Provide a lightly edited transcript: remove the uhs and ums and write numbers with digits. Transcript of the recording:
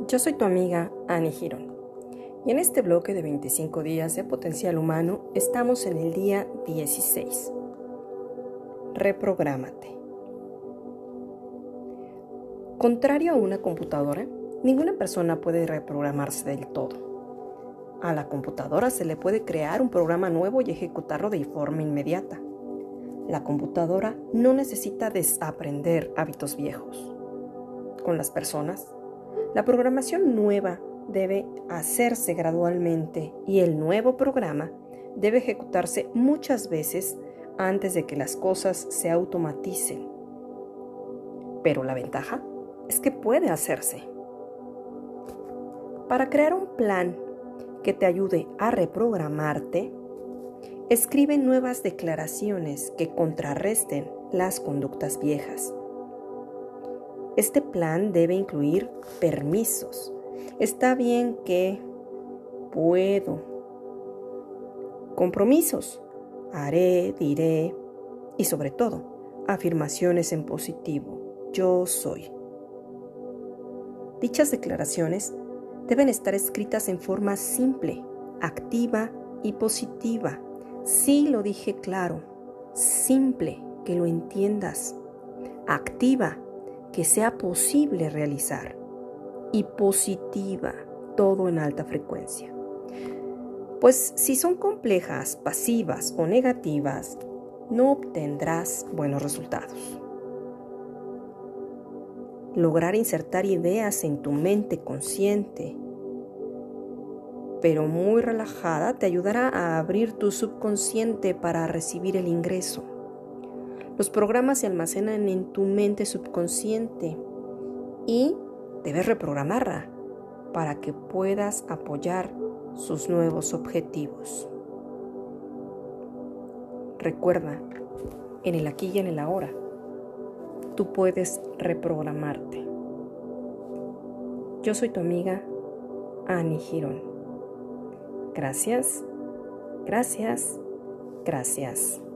Yo soy tu amiga Annie Girón y en este bloque de 25 días de potencial humano estamos en el día 16. Reprográmate. Contrario a una computadora, ninguna persona puede reprogramarse del todo. A la computadora se le puede crear un programa nuevo y ejecutarlo de forma inmediata. La computadora no necesita desaprender hábitos viejos. Con las personas, la programación nueva debe hacerse gradualmente y el nuevo programa debe ejecutarse muchas veces antes de que las cosas se automaticen. Pero la ventaja es que puede hacerse. Para crear un plan que te ayude a reprogramarte, escribe nuevas declaraciones que contrarresten las conductas viejas. Este plan debe incluir permisos. Está bien que puedo. Compromisos. Haré, diré. Y sobre todo, afirmaciones en positivo. Yo soy. Dichas declaraciones deben estar escritas en forma simple, activa y positiva. Sí, lo dije claro. Simple, que lo entiendas. Activa, que sea posible realizar, y positiva, todo en alta frecuencia. Pues si son complejas, pasivas o negativas, no obtendrás buenos resultados. Lograr insertar ideas en tu mente consciente, pero muy relajada, te ayudará a abrir tu subconsciente para recibir el ingreso. Los programas se almacenan en tu mente subconsciente y debes reprogramarla para que puedas apoyar sus nuevos objetivos. Recuerda, en el aquí y en el ahora, tú puedes reprogramarte. Yo soy tu amiga Annie Girón. Gracias, gracias, gracias.